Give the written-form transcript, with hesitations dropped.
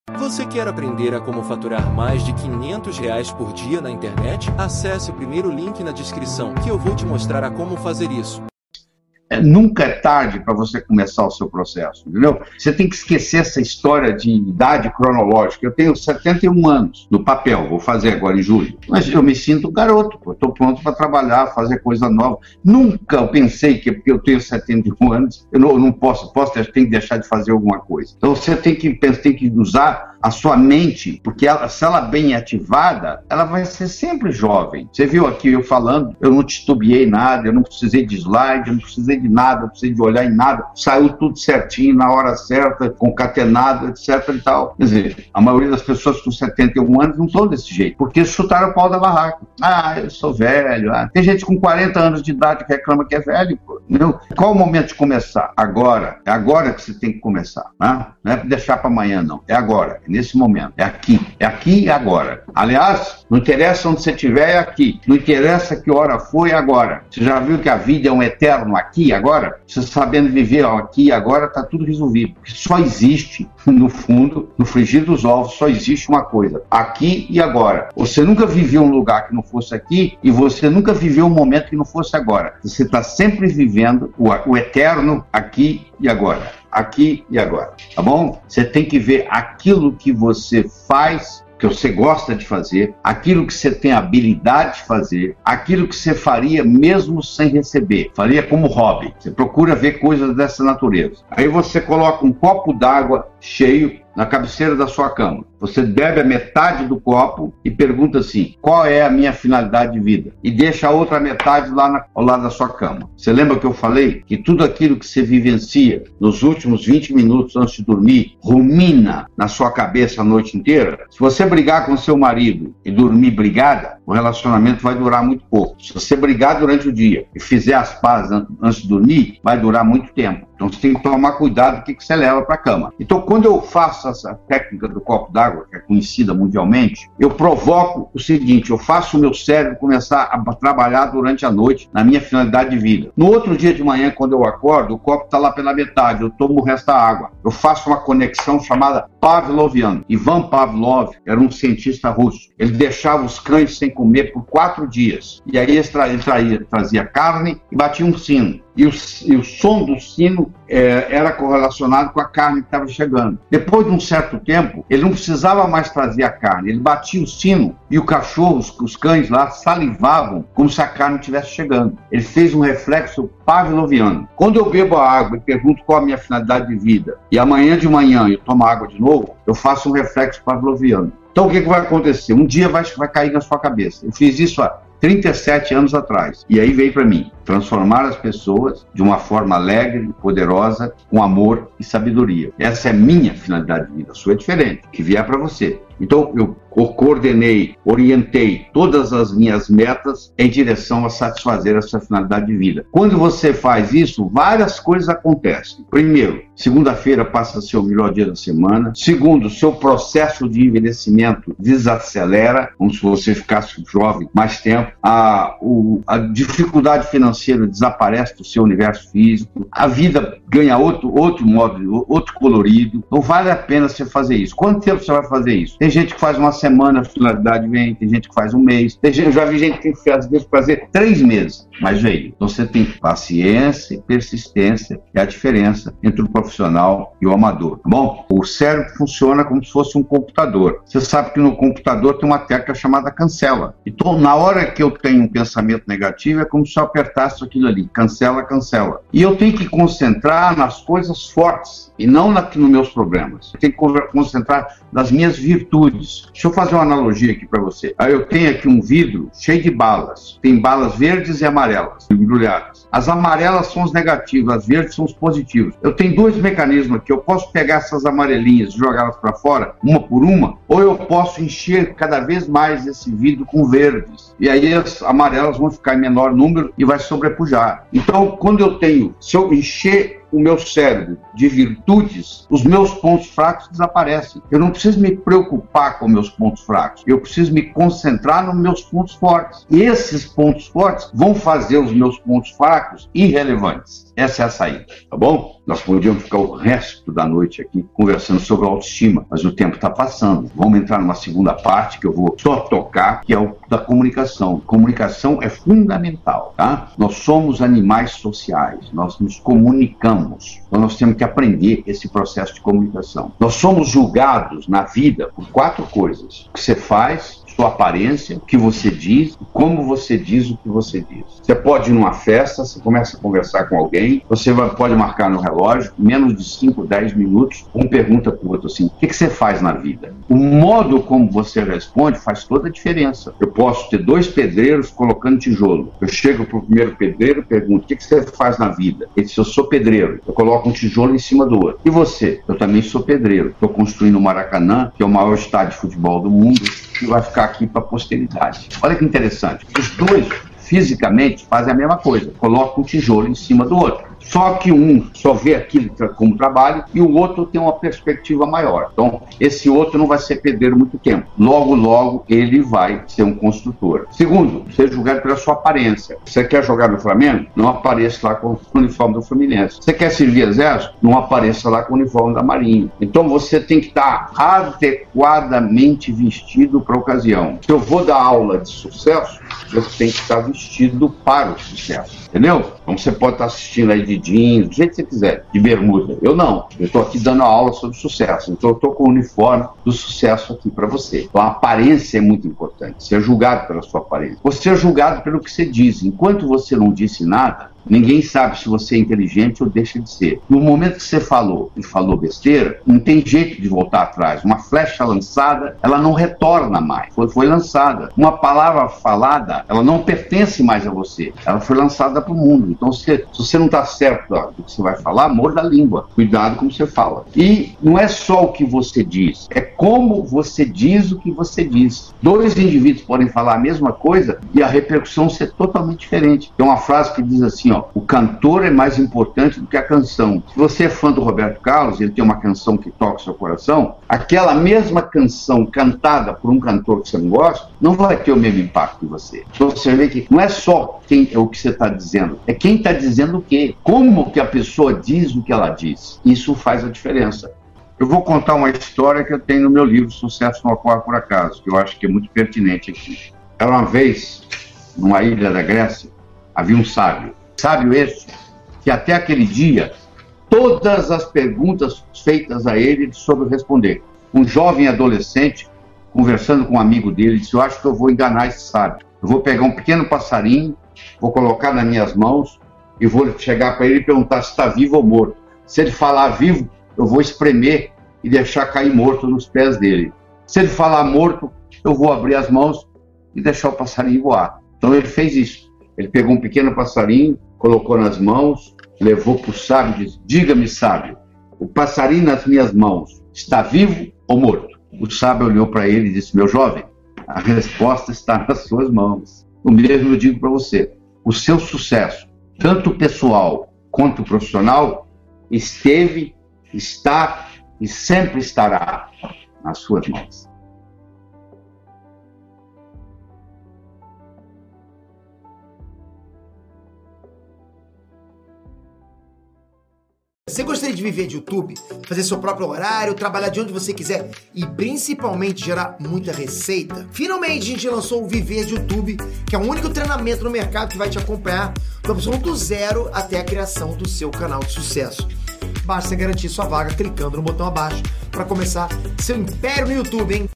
Você quer aprender a como faturar mais de R$ 500 por dia na internet? Acesse o primeiro link na descrição que eu vou te mostrar a como fazer isso. Nunca é tarde para você começar o seu processo, entendeu? Você tem que esquecer essa história de idade cronológica. Eu tenho 71 anos no papel, vou fazer agora em julho, mas eu me sinto garoto, estou pronto para trabalhar, fazer coisa nova. Nunca eu pensei que porque eu tenho 71 anos, eu não posso, tenho que deixar de fazer alguma coisa. Então você tem que usar a sua mente, porque se ela bem ativada, ela vai ser sempre jovem. Você viu aqui eu falando, eu não titubeei nada, eu não precisei de slide, eu não precisei de nada, não precisei de olhar em nada, saiu tudo certinho, na hora certa, concatenado, etc e tal. Quer dizer, a maioria das pessoas com 71 anos não são desse jeito, porque chutaram o pau da barraca. Eu sou velho. Tem gente com 40 anos de idade que reclama que é velho, pô. Entendeu? Qual o momento de começar? Agora. É agora que você tem que começar. Né? Não é para deixar para amanhã, não. É agora. Nesse momento, é aqui e agora. Aliás, não interessa onde você estiver, é aqui. Não interessa que hora foi, agora. Você já viu que a vida é um eterno aqui e agora? Você sabendo viver aqui e agora, está tudo resolvido. Porque só existe, no fundo, no frigir dos ovos, só existe uma coisa: aqui e agora. Você nunca viveu um lugar que não fosse aqui e você nunca viveu um momento que não fosse agora. Você está sempre vivendo o eterno aqui e agora. Aqui e agora, tá bom? Você tem que ver aquilo que você faz, que você gosta de fazer, aquilo que você tem habilidade de fazer, aquilo que você faria mesmo sem receber, faria como hobby. Você procura ver coisas dessa natureza. Aí você coloca um copo d'água cheio na cabeceira da sua cama. Você bebe a metade do copo e pergunta assim: qual é a minha finalidade de vida? E deixa a outra metade lá ao lado da sua cama. Você lembra que eu falei que tudo aquilo que você vivencia nos últimos 20 minutos antes de dormir rumina na sua cabeça a noite inteira? Se você brigar com seu marido e dormir brigada, o relacionamento vai durar muito pouco. Se você brigar durante o dia e fizer as pazes antes de dormir, vai durar muito tempo. Então você tem que tomar cuidado do que você leva para a cama. Então, quando eu faço essa técnica do copo d'água, que é conhecida mundialmente, eu provoco o seguinte: eu faço o meu cérebro começar a trabalhar durante a noite na minha finalidade de vida. No outro dia de manhã, quando eu acordo, o copo está lá pela metade, eu tomo o resto da água. Eu faço uma conexão chamada Pavloviana. Ivan Pavlov era um cientista russo. Ele deixava os cães sem comer por 4 dias. E aí ele trazia carne e batia um sino. E o som do sino era correlacionado com a carne que estava chegando. Depois de um certo tempo, ele não precisava mais trazer a carne. Ele batia o sino e o cachorro, os cães lá, salivavam como se a carne estivesse chegando. Ele fez um reflexo pavloviano. Quando eu bebo a água e pergunto qual a minha finalidade de vida, e amanhã de manhã eu tomo água de novo, eu faço um reflexo pavloviano. Então o que vai acontecer? Um dia vai cair na sua cabeça. Eu fiz isso há 37 anos atrás. E aí veio para mim: transformar as pessoas de uma forma alegre, poderosa, com amor e sabedoria. Essa é a minha finalidade de vida. A sua é diferente, que vier para você. Então eu coordenei, orientei todas as minhas metas em direção a satisfazer essa finalidade de vida. Quando você faz isso, várias coisas acontecem. Primeiro, segunda-feira passa a ser o melhor dia da semana. Segundo, seu processo de envelhecimento desacelera, como se você ficasse jovem mais tempo. A dificuldade financeira desaparece do seu universo físico. A vida ganha outro modo, outro colorido. Então vale a pena você fazer isso. Quanto tempo você vai fazer isso? Tem gente que faz uma semana, a finalidade vem. Tem gente que faz um mês. Eu já vi gente que tem que fazer 3 meses. Mas veio. Então você tem paciência e persistência. É a diferença entre o profissional e o amador. Tá bom? O cérebro funciona como se fosse um computador. Você sabe que no computador tem uma tecla chamada cancela. Então, na hora que eu tenho um pensamento negativo, é como se eu apertasse aquilo ali. Cancela, cancela. E eu tenho que concentrar nas coisas fortes e não nos meus problemas. Eu tenho que concentrar nas minhas virtudes. Deixa eu fazer uma analogia aqui para você. Aí eu tenho aqui um vidro cheio de balas. Tem balas verdes e amarelas, embrulhadas. As amarelas são os negativos, as verdes são os positivos. Eu tenho 2 mecanismos aqui. Eu posso pegar essas amarelinhas e jogá-las para fora, uma por uma, ou eu posso encher cada vez mais esse vidro com verdes. E aí as amarelas vão ficar em menor número e vai sobrepujar. Então, se eu encher o meu cérebro de virtudes, os meus pontos fracos desaparecem. Eu não preciso me preocupar com meus pontos fracos. Eu preciso me concentrar nos meus pontos fortes. E esses pontos fortes vão fazer os meus pontos fracos irrelevantes. Essa é a saída, tá bom? Nós podíamos ficar o resto da noite aqui conversando sobre autoestima, mas o tempo está passando. Vamos entrar numa segunda parte que eu vou só tocar, que é o da comunicação. Comunicação é fundamental, tá? Nós somos animais sociais, nós nos comunicamos. Então nós temos que aprender esse processo de comunicação. Nós somos julgados na vida por 4 coisas: o que você faz, sua aparência, o que você diz, como você diz o que você diz. Você pode ir numa festa, você começa a conversar com alguém, você pode marcar no relógio, menos de 5, 10 minutos, um pergunta para o outro assim: o que você faz na vida? O modo como você responde faz toda a diferença. Eu posso ter 2 pedreiros colocando tijolo. Eu chego para o primeiro pedreiro e pergunto: o que você faz na vida? Ele diz: eu sou pedreiro. Eu coloco um tijolo em cima do outro. E você? Eu também sou pedreiro. Estou construindo o Maracanã, que é o maior estádio de futebol do mundo, que vai ficar aqui para a posteridade. Olha que interessante. Os 2, fisicamente, fazem a mesma coisa. Colocam um tijolo em cima do outro. Só que um só vê aquilo como trabalho e o outro tem uma perspectiva maior. Então, esse outro não vai ser pedreiro muito tempo. Logo, logo, ele vai ser um construtor. Segundo, ser julgado pela sua aparência. Você quer jogar no Flamengo? Não apareça lá com o uniforme do Fluminense. Você quer servir exército? Não apareça lá com o uniforme da Marinha. Então, você tem que estar adequadamente vestido para a ocasião. Se eu vou dar aula de sucesso, você tem que estar vestido para o sucesso. Entendeu? Então você pode estar assistindo aí de jeans, do jeito que você quiser, de bermuda. Eu não. Eu estou aqui dando aula sobre sucesso. Então eu estou com o uniforme do sucesso aqui para você. Então a aparência é muito importante. Ser julgado pela sua aparência. Você é julgado pelo que você diz. Enquanto você não disse nada, ninguém sabe se você é inteligente ou deixa de ser. No momento que você falou e falou besteira, não tem jeito de voltar atrás. Uma flecha lançada, ela não retorna mais. Foi lançada. Uma palavra falada, ela não pertence mais a você. Ela foi lançada para o mundo. Então, se você não está certo do que você vai falar, morda a língua. Cuidado como você fala. E não é só o que você diz, é como você diz o que você diz. 2 indivíduos podem falar a mesma coisa e a repercussão ser totalmente diferente. Tem uma frase que diz assim, ó: o cantor é mais importante do que a canção. Se você é fã do Roberto Carlos, ele tem uma canção que toca o seu coração, aquela mesma canção cantada por um cantor que você não gosta, não vai ter o mesmo impacto em você. Então você vê que não é só o que você está dizendo, é quem está dizendo o quê. Como que a pessoa diz o que ela diz. Isso faz a diferença. Eu vou contar uma história que eu tenho no meu livro Sucesso Não Ocorre por Acaso, que eu acho que é muito pertinente aqui. Era uma vez, numa ilha da Grécia, havia um sábio. Sábio esse, que até aquele dia, todas as perguntas feitas a ele soube responder. Um jovem adolescente, conversando com um amigo dele, disse: eu acho que eu vou enganar esse sábio. Eu vou pegar um pequeno passarinho, vou colocar nas minhas mãos e vou chegar para ele e perguntar se está vivo ou morto. Se ele falar vivo, eu vou espremer e deixar cair morto nos pés dele. Se ele falar morto, eu vou abrir as mãos e deixar o passarinho voar. Então ele fez isso. Ele pegou um pequeno passarinho, colocou nas mãos, levou para o sábio e disse: diga-me, sábio, o passarinho nas minhas mãos está vivo ou morto? O sábio olhou para ele e disse: meu jovem, a resposta está nas suas mãos. O mesmo eu digo para você: o seu sucesso, tanto pessoal quanto profissional, esteve, está e sempre estará nas suas mãos. Você gostaria de viver de YouTube, fazer seu próprio horário, trabalhar de onde você quiser e principalmente gerar muita receita? Finalmente a gente lançou o Viver de YouTube, que é o único treinamento no mercado que vai te acompanhar do absoluto zero até a criação do seu canal de sucesso. Basta garantir sua vaga clicando no botão abaixo para começar seu império no YouTube, hein?